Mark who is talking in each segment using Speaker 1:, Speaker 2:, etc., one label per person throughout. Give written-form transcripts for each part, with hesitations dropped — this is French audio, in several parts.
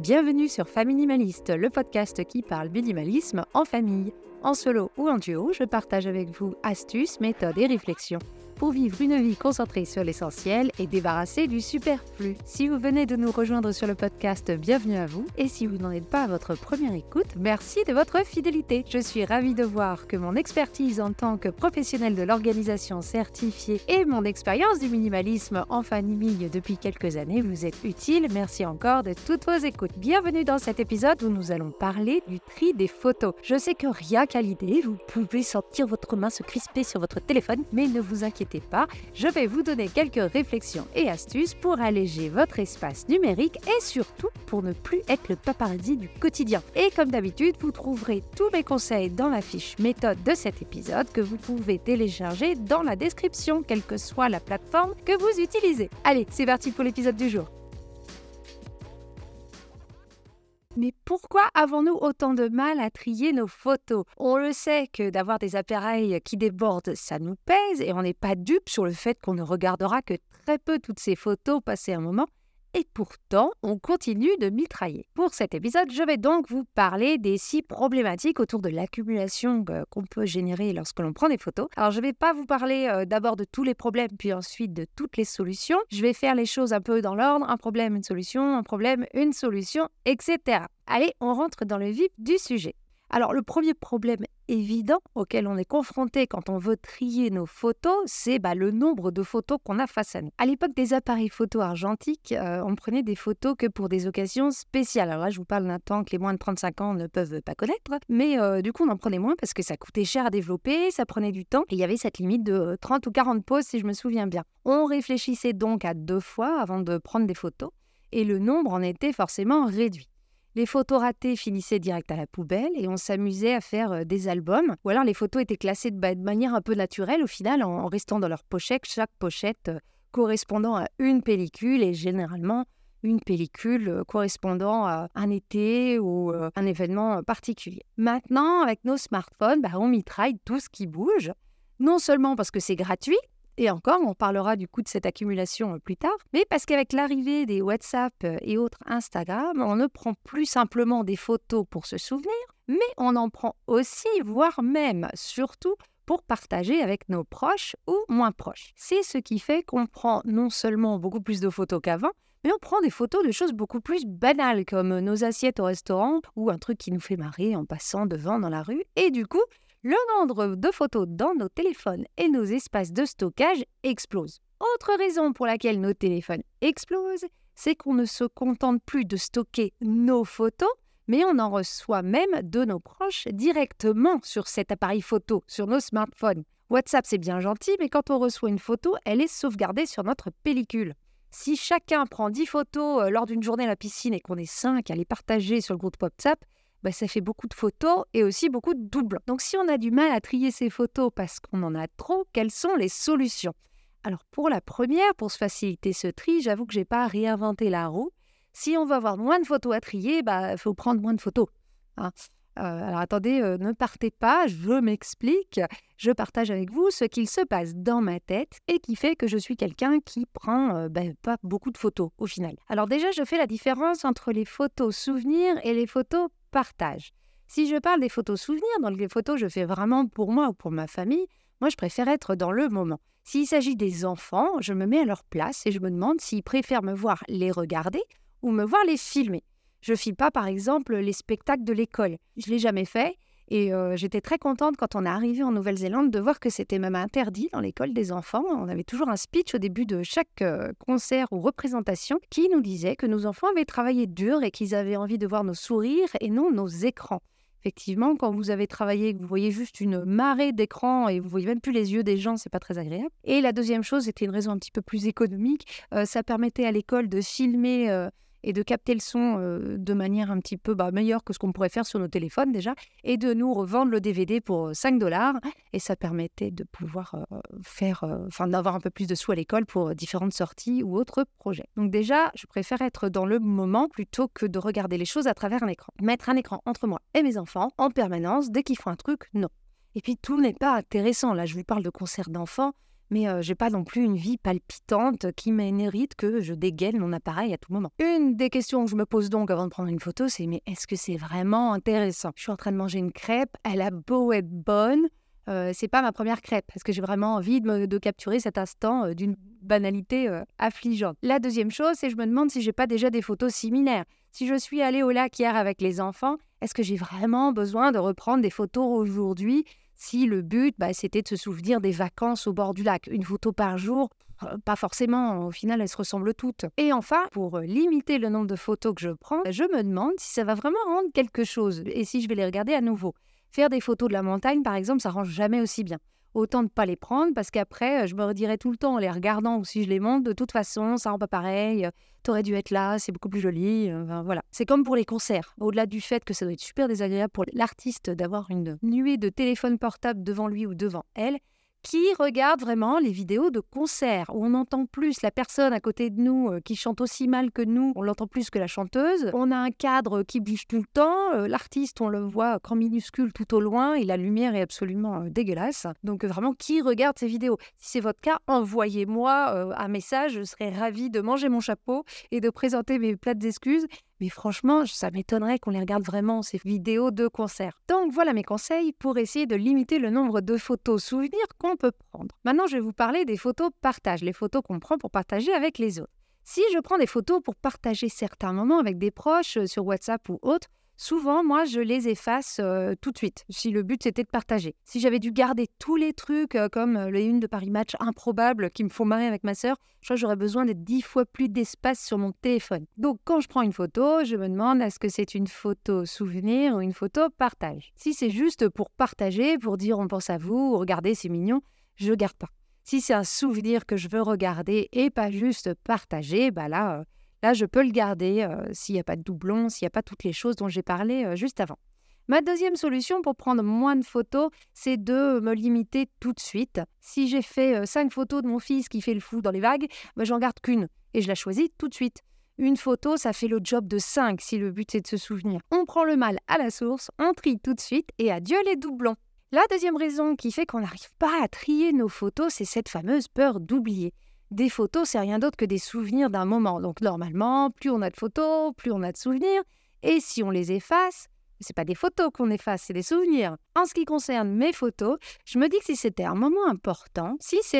Speaker 1: Bienvenue sur Faminimaliste, le podcast qui parle minimalisme en famille. En solo ou en duo, je partage avec vous astuces, méthodes et réflexions pour vivre une vie concentrée sur l'essentiel et débarrassée du superflu. Si vous venez de nous rejoindre sur le podcast, bienvenue à vous. Et si vous n'en êtes pas à votre première écoute, merci de votre fidélité. Je suis ravie de voir que mon expertise en tant que professionnelle de l'organisation certifiée et mon expérience du minimalisme en famille depuis quelques années vous est utile. Merci encore de toutes vos écoutes. Bienvenue dans cet épisode où nous allons parler du tri des photos. Je sais que rien qu'à l'idée, vous pouvez sentir votre main se crisper sur votre téléphone, mais ne vous inquiétez pas, je vais vous donner quelques réflexions et astuces pour alléger votre espace numérique et surtout pour ne plus être le paparazzi du quotidien. Et comme d'habitude, vous trouverez tous mes conseils dans la fiche méthode de cet épisode que vous pouvez télécharger dans la description, quelle que soit la plateforme que vous utilisez. Allez, c'est parti pour l'épisode du jour. Mais pourquoi avons-nous autant de mal à trier nos photos ? On le sait que d'avoir des appareils qui débordent, ça nous pèse et on n'est pas dupe sur le fait qu'on ne regardera que très peu toutes ces photos passées un moment. Et pourtant, on continue de mitrailler. Pour cet épisode, je vais donc vous parler des 6 problématiques autour de l'accumulation qu'on peut générer lorsque l'on prend des photos. Alors, je ne vais pas vous parler d'abord de tous les problèmes, puis ensuite de toutes les solutions. Je vais faire les choses un peu dans l'ordre, un problème, une solution, etc. Allez, on rentre dans le vif du sujet. Alors, le premier problème évident auquel on est confronté quand on veut trier nos photos, c'est le nombre de photos qu'on a face à nous. À l'époque des appareils photo argentiques, on prenait des photos que pour des occasions spéciales. Alors là, je vous parle d'un temps que les moins de 35 ans ne peuvent pas connaître, mais du coup, on en prenait moins parce que ça coûtait cher à développer, ça prenait du temps, et il y avait cette limite de 30 ou 40 poses, si je me souviens bien. On réfléchissait donc à 2 fois avant de prendre des photos, et le nombre en était forcément réduit. Les photos ratées finissaient direct à la poubelle et on s'amusait à faire des albums. Ou alors les photos étaient classées de manière un peu naturelle au final en restant dans leur pochette, chaque pochette correspondant à une pellicule et généralement une pellicule correspondant à un été ou un événement particulier. Maintenant, avec nos smartphones, on mitraille tout ce qui bouge, non seulement parce que c'est gratuit, et encore, on parlera du coup de cette accumulation plus tard, mais parce qu'avec l'arrivée des WhatsApp et autres Instagram, on ne prend plus simplement des photos pour se souvenir, mais on en prend aussi, voire même, surtout, pour partager avec nos proches ou moins proches. C'est ce qui fait qu'on prend non seulement beaucoup plus de photos qu'avant, mais on prend des photos de choses beaucoup plus banales, comme nos assiettes au restaurant ou un truc qui nous fait marrer en passant devant dans la rue, et du coup, le nombre de photos dans nos téléphones et nos espaces de stockage explose. Autre raison pour laquelle nos téléphones explosent, c'est qu'on ne se contente plus de stocker nos photos, mais on en reçoit même de nos proches directement sur cet appareil photo, sur nos smartphones. WhatsApp, c'est bien gentil, mais quand on reçoit une photo, elle est sauvegardée sur notre pellicule. Si chacun prend 10 photos lors d'une journée à la piscine et qu'on est 5 à les partager sur le groupe WhatsApp, ça fait beaucoup de photos et aussi beaucoup de doublons. Donc si on a du mal à trier ces photos parce qu'on en a trop, quelles sont les solutions ? Alors pour la première, pour se faciliter ce tri, j'avoue que je n'ai pas réinventé la roue. Si on veut avoir moins de photos à trier, faut prendre moins de photos. Alors attendez, ne partez pas, je m'explique. Je partage avec vous ce qu'il se passe dans ma tête et qui fait que je suis quelqu'un qui prend pas beaucoup de photos au final. Alors déjà, je fais la différence entre les photos souvenirs et les photos partage. Si je parle des photos souvenirs, dans les photos je fais vraiment pour moi ou pour ma famille, moi je préfère être dans le moment. S'il s'agit des enfants, je me mets à leur place et je me demande s'ils préfèrent me voir les regarder ou me voir les filmer. Je ne filme pas par exemple les spectacles de l'école. Je ne l'ai jamais fait et j'étais très contente quand on est arrivé en Nouvelle-Zélande de voir que c'était même interdit dans l'école des enfants. On avait toujours un speech au début de chaque concert ou représentation qui nous disait que nos enfants avaient travaillé dur et qu'ils avaient envie de voir nos sourires et non nos écrans. Effectivement, quand vous avez travaillé, que vous voyez juste une marée d'écrans et vous voyez même plus les yeux des gens, c'est pas très agréable. Et la deuxième chose, c'était une raison un petit peu plus économique. Ça permettait à l'école de filmer et de capter le son de manière un petit peu meilleure que ce qu'on pourrait faire sur nos téléphones déjà, et de nous revendre le DVD pour 5$, et ça permettait de pouvoir d'avoir un peu plus de sous à l'école pour différentes sorties ou autres projets. Donc déjà, je préfère être dans le moment plutôt que de regarder les choses à travers un écran. Mettre un écran entre moi et mes enfants en permanence, dès qu'ils font un truc, non. Et puis tout n'est pas intéressant, là je vous parle de concerts d'enfants, mais j'ai pas non plus une vie palpitante qui mérite que je dégaine mon appareil à tout moment. Une des questions que je me pose donc avant de prendre une photo, c'est mais est-ce que c'est vraiment intéressant? Je suis en train de manger une crêpe, elle a beau être bonne, c'est pas ma première crêpe parce que j'ai vraiment envie de capturer cet instant d'une banalité affligeante. La deuxième chose, c'est que je me demande si j'ai pas déjà des photos similaires. Si je suis allée au lac hier avec les enfants, est-ce que j'ai vraiment besoin de reprendre des photos aujourd'hui si le but, c'était de se souvenir des vacances au bord du lac? Une photo par jour, pas forcément. Au final, elles se ressemblent toutes. Et enfin, pour limiter le nombre de photos que je prends, je me demande si ça va vraiment rendre quelque chose et si je vais les regarder à nouveau. Faire des photos de la montagne, par exemple, ça rend jamais aussi bien. Autant ne pas les prendre parce qu'après, je me redirai tout le temps en les regardant ou si je les monte, de toute façon, ça rend pas pareil. T'aurais dû être là, c'est beaucoup plus joli. Enfin, voilà. C'est comme pour les concerts. Au-delà du fait que ça doit être super désagréable pour l'artiste d'avoir une nuée de téléphone portable devant lui ou devant elle, qui regarde vraiment les vidéos de concerts où on entend plus la personne à côté de nous qui chante aussi mal que nous, on l'entend plus que la chanteuse. On a un cadre qui bouge tout le temps, l'artiste on le voit qu'en minuscule tout au loin et la lumière est absolument dégueulasse. Donc vraiment, qui regarde ces vidéos? Si c'est votre cas, envoyez-moi un message, je serais ravie de manger mon chapeau et de présenter mes plates excuses. Mais franchement, ça m'étonnerait qu'on les regarde vraiment, ces vidéos de concerts. Donc voilà mes conseils pour essayer de limiter le nombre de photos souvenirs qu'on peut prendre. Maintenant, je vais vous parler des photos partage, les photos qu'on prend pour partager avec les autres. Si je prends des photos pour partager certains moments avec des proches sur WhatsApp ou autre, souvent, moi, je les efface tout de suite, si le but c'était de partager. Si j'avais dû garder tous les trucs comme les unes de Paris Match improbables qui me font marrer avec ma sœur, je crois que j'aurais besoin de 10 fois plus d'espace sur mon téléphone. Donc, quand je prends une photo, je me demande est-ce que c'est une photo souvenir ou une photo partage. Si c'est juste pour partager, pour dire on pense à vous, regardez, c'est mignon, je garde pas. Si c'est un souvenir que je veux regarder et pas juste partager, là, je peux le garder s'il n'y a pas de doublons, s'il n'y a pas toutes les choses dont j'ai parlé juste avant. Ma deuxième solution pour prendre moins de photos, c'est de me limiter tout de suite. Si j'ai fait 5 photos de mon fils qui fait le fou dans les vagues, j'en garde qu'une et je la choisis tout de suite. Une photo, ça fait le job de 5 si le but c'est de se souvenir. On prend le mal à la source, on trie tout de suite et adieu les doublons. La deuxième raison qui fait qu'on n'arrive pas à trier nos photos, c'est cette fameuse peur d'oublier. Des photos, c'est rien d'autre que des souvenirs d'un moment. Donc normalement, plus on a de photos, plus on a de souvenirs. Et si on les efface, c'est pas des photos qu'on efface, c'est des souvenirs. En ce qui concerne mes photos, je me dis que si c'est un moment important,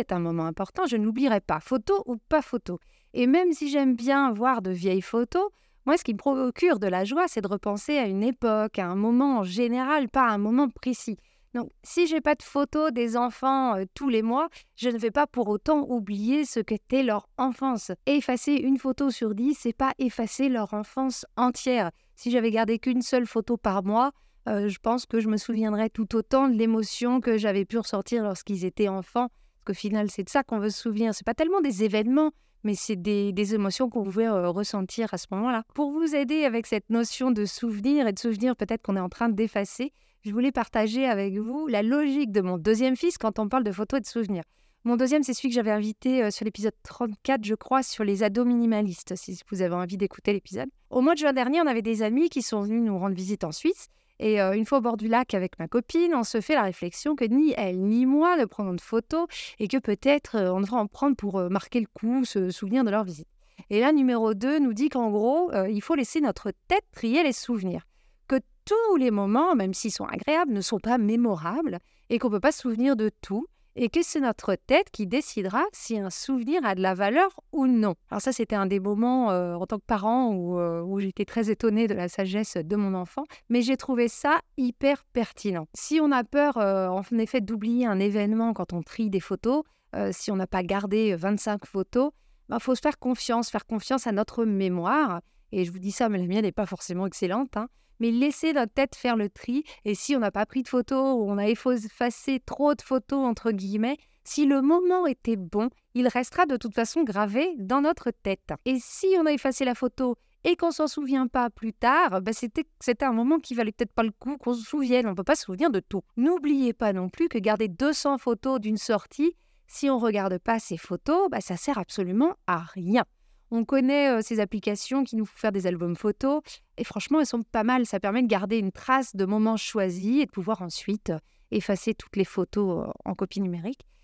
Speaker 1: je ne l'oublierai pas, photo ou pas photo. Et même si j'aime bien voir de vieilles photos, moi, ce qui me procure de la joie, c'est de repenser à une époque, à un moment en général, pas à un moment précis. Donc, si j'ai pas de photos des enfants tous les mois, je ne vais pas pour autant oublier ce qu'était leur enfance. Effacer une photo sur 10, c'est pas effacer leur enfance entière. Si j'avais gardé qu'une seule photo par mois, je pense que je me souviendrais tout autant de l'émotion que j'avais pu ressortir lorsqu'ils étaient enfants. Parce qu'au final, c'est de ça qu'on veut se souvenir. C'est pas tellement des événements, mais c'est des émotions qu'on pouvait ressentir à ce moment-là. Pour vous aider avec cette notion de souvenir et de souvenir peut-être qu'on est en train d'effacer, je voulais partager avec vous la logique de mon deuxième fils quand on parle de photos et de souvenirs. Mon deuxième, c'est celui que j'avais invité sur l'épisode 34, je crois, sur les ados minimalistes, si vous avez envie d'écouter l'épisode. Au mois de juin dernier, on avait des amis qui sont venus nous rendre visite en Suisse. Et une fois au bord du lac avec ma copine, on se fait la réflexion que ni elle ni moi ne prenons de photos et que peut-être on devrait en prendre pour marquer le coup, se souvenir de leur visite. Et là, numéro 2 nous dit qu'en gros, il faut laisser notre tête trier les souvenirs. Que tous les moments, même s'ils sont agréables, ne sont pas mémorables et qu'on ne peut pas se souvenir de tout et que c'est notre tête qui décidera si un souvenir a de la valeur ou non. Alors ça, c'était un des moments en tant que parent où j'étais très étonnée de la sagesse de mon enfant, mais j'ai trouvé ça hyper pertinent. Si on a peur, en effet, d'oublier un événement quand on trie des photos, si on n'a pas gardé 25 photos, faut se faire confiance à notre mémoire. Et je vous dis ça, mais la mienne n'est pas forcément excellente, mais laisser notre tête faire le tri. Et si on n'a pas pris de photos ou on a effacé trop de photos, entre guillemets, si le moment était bon, il restera de toute façon gravé dans notre tête. Et si on a effacé la photo et qu'on s'en souvient pas plus tard, c'était un moment qui valait peut-être pas le coup qu'on se souvienne. On ne peut pas se souvenir de tout. N'oubliez pas non plus que garder 200 photos d'une sortie, si on ne regarde pas ces photos, ça sert absolument à rien. On connaît ces applications qui nous font faire des albums photos et franchement, elles sont pas mal. Ça permet de garder une trace de moments choisis et de pouvoir ensuite effacer toutes les photos en copie numérique.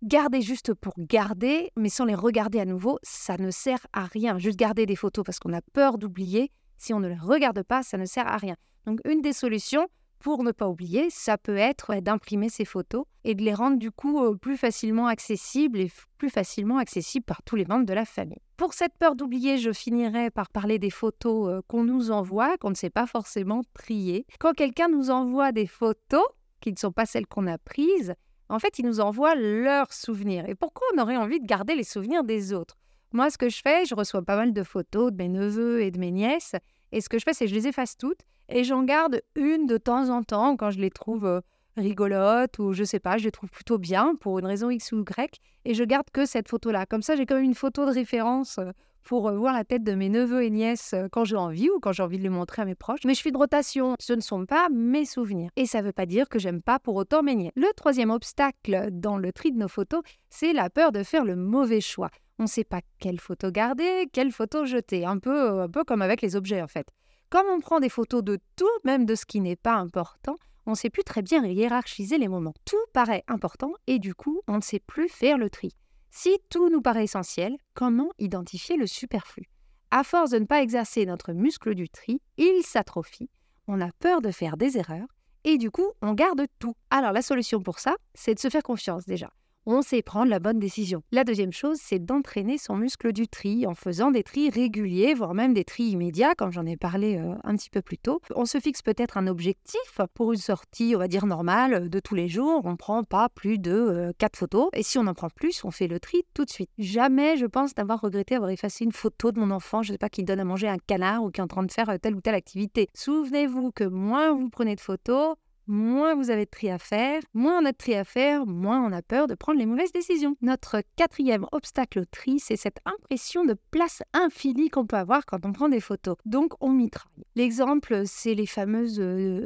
Speaker 1: Garder juste pour garder, mais sans les regarder à nouveau, ça ne sert à rien. Juste garder des photos parce qu'on a peur d'oublier, si on ne les regarde pas, ça ne sert à rien. Donc une des solutions pour ne pas oublier, ça peut être d'imprimer ces photos et de les rendre du coup plus facilement accessibles et plus facilement accessibles par tous les membres de la famille. Pour cette peur d'oublier, je finirai par parler des photos qu'on nous envoie, qu'on ne sait pas forcément trier. Quand quelqu'un nous envoie des photos qui ne sont pas celles qu'on a prises, en fait, il nous envoie leurs souvenirs. Et pourquoi on aurait envie de garder les souvenirs des autres? Moi, ce que je fais, je reçois pas mal de photos de mes neveux et de mes nièces. Et ce que je fais, c'est que je les efface toutes et j'en garde une de temps en temps quand je les trouve rigolotes ou je sais pas, je les trouve plutôt bien pour une raison X ou Y et je garde que cette photo-là. Comme ça, j'ai quand même une photo de référence pour voir la tête de mes neveux et nièces quand j'ai envie ou quand j'ai envie de les montrer à mes proches. Mais je fais de rotation, ce ne sont pas mes souvenirs. Et ça ne veut pas dire que j'aime pas pour autant mes nièces. Le troisième obstacle dans le tri de nos photos, c'est la peur de faire le mauvais choix. On ne sait pas quelle photo garder, quelle photo jeter. Un peu comme avec les objets en fait. Comme on prend des photos de tout, même de ce qui n'est pas important, on ne sait plus très bien hiérarchiser les moments. Tout paraît important et du coup, on ne sait plus faire le tri. Si tout nous paraît essentiel, comment identifier le superflu? À force de ne pas exercer notre muscle du tri, il s'atrophie, on a peur de faire des erreurs et du coup, on garde tout. Alors la solution pour ça, c'est de se faire confiance déjà. On sait prendre la bonne décision. La deuxième chose, c'est d'entraîner son muscle du tri en faisant des tris réguliers, voire même des tris immédiats, comme j'en ai parlé un petit peu plus tôt. On se fixe peut-être un objectif pour une sortie, on va dire normale, de tous les jours. On ne prend pas plus de 4 photos. Et si on en prend plus, on fait le tri tout de suite. Jamais, je pense, d'avoir regretté avoir effacé une photo de mon enfant, je ne sais pas, qui donne à manger un canard ou qui est en train de faire telle ou telle activité. Souvenez-vous que moins vous prenez de photos, moins vous avez de tri à faire, moins on a de tri à faire, moins on a peur de prendre les mauvaises décisions. Notre quatrième obstacle au tri, c'est cette impression de place infinie qu'on peut avoir quand on prend des photos. Donc on mitraille. L'exemple, c'est les fameuses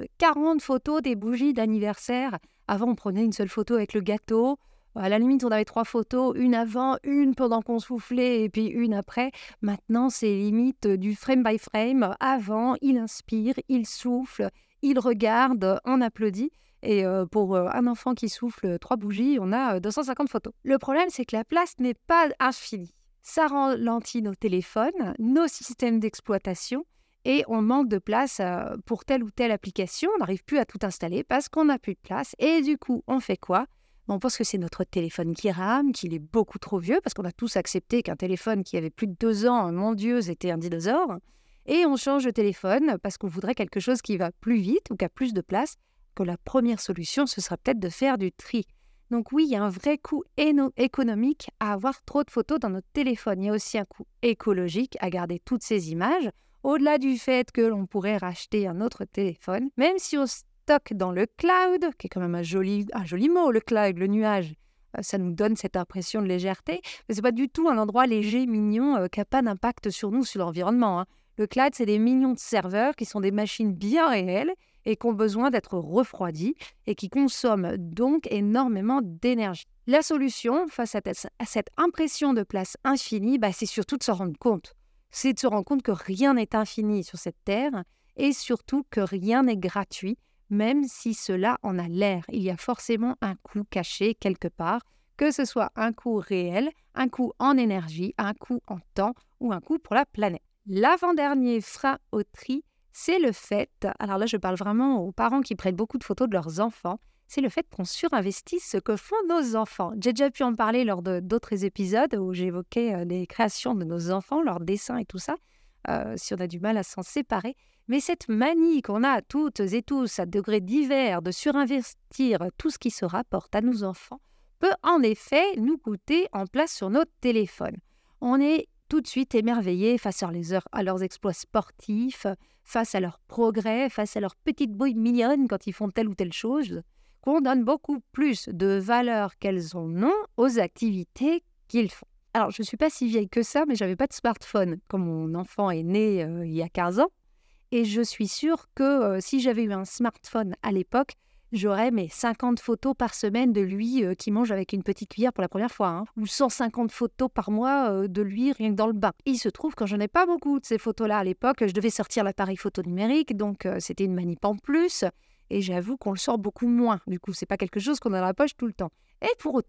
Speaker 1: 40 photos des bougies d'anniversaire. Avant, on prenait une seule photo avec le gâteau. À la limite, on avait 3 photos, une avant, une pendant qu'on soufflait et puis une après. Maintenant, c'est limite du frame by frame. Avant, il inspire, il souffle, il regarde, on applaudit. Et pour un enfant qui souffle 3 bougies, on a 250 photos. Le problème, c'est que la place n'est pas infinie. Ça ralentit nos téléphones, nos systèmes d'exploitation et on manque de place pour telle ou telle application. On n'arrive plus à tout installer parce qu'on n'a plus de place. Et du coup, on fait quoi? On pense que c'est notre téléphone qui rame, qu'il est beaucoup trop vieux, parce qu'on a tous accepté qu'un téléphone qui avait plus de 2 ans, mon Dieu, c'était un dinosaure. Et on change de téléphone parce qu'on voudrait quelque chose qui va plus vite ou qui a plus de place, que la première solution, ce sera peut-être de faire du tri. Donc oui, il y a un vrai coût économique à avoir trop de photos dans notre téléphone. Il y a aussi un coût écologique à garder toutes ces images, au-delà du fait que l'on pourrait racheter un autre téléphone, même si on stocke dans le cloud, qui est quand même un joli mot, le cloud, le nuage. Ça nous donne cette impression de légèreté, mais ce n'est pas du tout un endroit léger, mignon, qui n'a pas d'impact sur nous, sur l'environnement. Le cloud, c'est des millions de serveurs qui sont des machines bien réelles et qui ont besoin d'être refroidis et qui consomment donc énormément d'énergie. La solution face à cette impression de place infinie, c'est surtout de se rendre compte. C'est de se rendre compte que rien n'est infini sur cette terre et surtout que rien n'est gratuit, même si cela en a l'air. Il y a forcément un coût caché quelque part, que ce soit un coût réel, un coût en énergie, un coût en temps ou un coût pour la planète. L'avant-dernier frein au tri, c'est le fait, alors là je parle vraiment aux parents qui prennent beaucoup de photos de leurs enfants, c'est le fait qu'on surinvestisse ce que font nos enfants. J'ai déjà pu en parler lors d'autres épisodes où j'évoquais les créations de nos enfants, leurs dessins et tout ça, si on a du mal à s'en séparer. Mais cette manie qu'on a toutes et tous à degrés divers de surinvestir tout ce qui se rapporte à nos enfants peut en effet nous coûter en place sur notre téléphone. On est tout de suite émerveillés face à leurs exploits sportifs, face à leurs progrès, face à leurs petites bouilles mignonnes quand ils font telle ou telle chose, qu'on donne beaucoup plus de valeur qu'elles en ont aux activités qu'ils font. Alors, je ne suis pas si vieille que ça, mais je n'avais pas de smartphone quand mon enfant est né il y a 15 ans. Et je suis sûre que si j'avais eu un smartphone à l'époque, j'aurais mes 50 photos par semaine de lui qui mange avec une petite cuillère pour la première fois, ou 150 photos par mois de lui rien que dans le bain. Il se trouve que je n'ai pas beaucoup de ces photos-là à l'époque. Je devais sortir l'appareil photo numérique, donc c'était une manip en plus. Et j'avoue qu'on le sort beaucoup moins. Du coup, c'est pas quelque chose qu'on a dans la poche tout le temps. Et pour autant,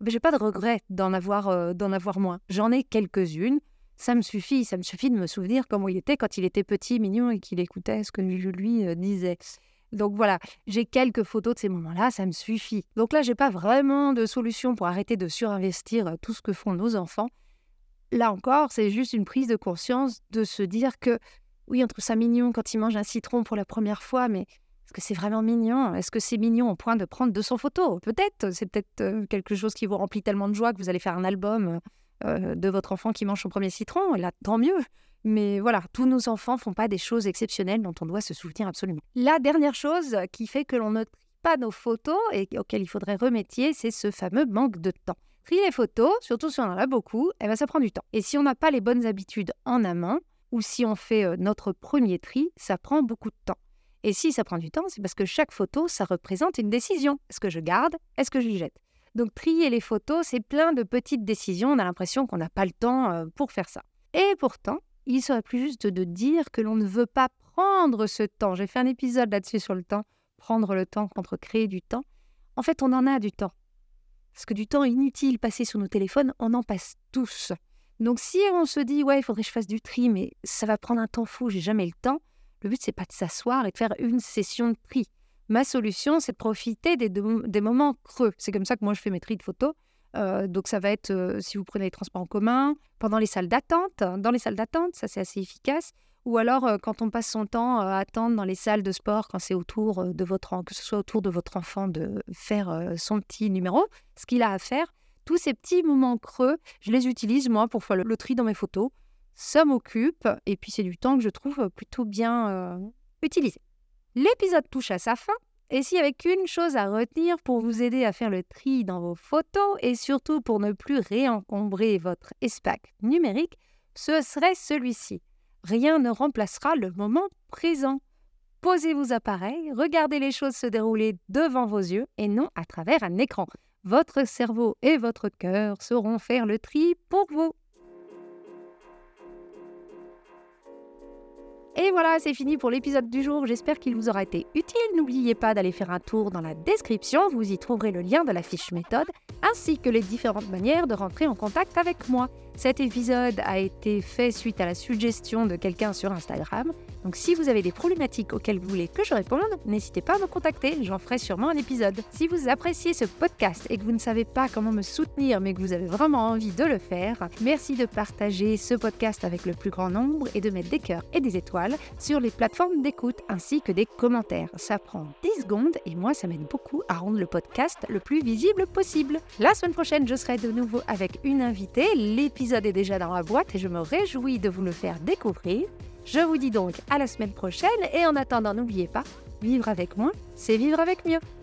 Speaker 1: j'ai pas de regret d'en avoir moins. J'en ai quelques-unes. Ça me suffit de me souvenir comment il était quand il était petit, mignon et qu'il écoutait ce que je lui disais. Donc voilà, j'ai quelques photos de ces moments-là, ça me suffit. Donc là, j'ai pas vraiment de solution pour arrêter de surinvestir tout ce que font nos enfants. Là encore, c'est juste une prise de conscience de se dire que oui, on trouve ça mignon quand il mange un citron pour la première fois, mais est-ce que c'est vraiment mignon? Est-ce que c'est mignon au point de prendre 200 photos? Peut-être, c'est peut-être quelque chose qui vous remplit tellement de joie que vous allez faire un album de votre enfant qui mange son premier citron, et là, tant mieux. Mais voilà, tous nos enfants ne font pas des choses exceptionnelles dont on doit se souvenir absolument. La dernière chose qui fait que l'on ne trie pas nos photos et auquel il faudrait remédier, c'est ce fameux manque de temps. Trier les photos, surtout si on en a beaucoup, ça prend du temps. Et si on n'a pas les bonnes habitudes en amont, ou si on fait notre premier tri, ça prend beaucoup de temps. Et si ça prend du temps, c'est parce que chaque photo, ça représente une décision. Est-ce que je garde? Est-ce que je jette? Donc, trier les photos, c'est plein de petites décisions. On a l'impression qu'on n'a pas le temps pour faire ça. Et pourtant, il serait plus juste de dire que l'on ne veut pas prendre ce temps. J'ai fait un épisode là-dessus sur le temps. Prendre le temps contre créer du temps. En fait, on en a du temps. Parce que du temps inutile passé sur nos téléphones, on en passe tous. Donc, si on se dit « ouais, il faudrait que je fasse du tri, mais ça va prendre un temps fou, j'ai jamais le temps », le but, c'est pas de s'asseoir et de faire une session de tri. Ma solution, c'est de profiter des moments creux. C'est comme ça que moi, je fais mes tris de photos. Donc, ça va être, si vous prenez les transports en commun, pendant les salles d'attente. Dans les salles d'attente, ça, c'est assez efficace. Ou alors, quand on passe son temps à attendre dans les salles de sport, quand c'est autour que ce soit autour de votre enfant de faire son petit numéro, ce qu'il a à faire, tous ces petits moments creux, je les utilise, moi, pour faire le tri dans mes photos. Ça m'occupe, et puis c'est du temps que je trouve plutôt bien utilisé. L'épisode touche à sa fin, et s'il y avait qu'une chose à retenir pour vous aider à faire le tri dans vos photos, et surtout pour ne plus réencombrer votre espace numérique, ce serait celui-ci. Rien ne remplacera le moment présent. Posez vos appareils, regardez les choses se dérouler devant vos yeux et non à travers un écran. Votre cerveau et votre cœur sauront faire le tri pour vous. Et voilà, c'est fini pour l'épisode du jour. J'espère qu'il vous aura été utile. N'oubliez pas d'aller faire un tour dans la description. Vous y trouverez le lien de la fiche méthode, ainsi que les différentes manières de rentrer en contact avec moi. Cet épisode a été fait suite à la suggestion de quelqu'un sur Instagram. Donc si vous avez des problématiques auxquelles vous voulez que je réponde, n'hésitez pas à me contacter, j'en ferai sûrement un épisode. Si vous appréciez ce podcast et que vous ne savez pas comment me soutenir, mais que vous avez vraiment envie de le faire, merci de partager ce podcast avec le plus grand nombre et de mettre des cœurs et des étoiles sur les plateformes d'écoute ainsi que des commentaires. Ça prend 10 secondes et moi, ça m'aide beaucoup à rendre le podcast le plus visible possible. La semaine prochaine, je serai de nouveau avec une invitée. L'épisode est déjà dans la boîte et je me réjouis de vous le faire découvrir. Je vous dis donc à la semaine prochaine et en attendant, n'oubliez pas, vivre avec moins, c'est vivre avec mieux.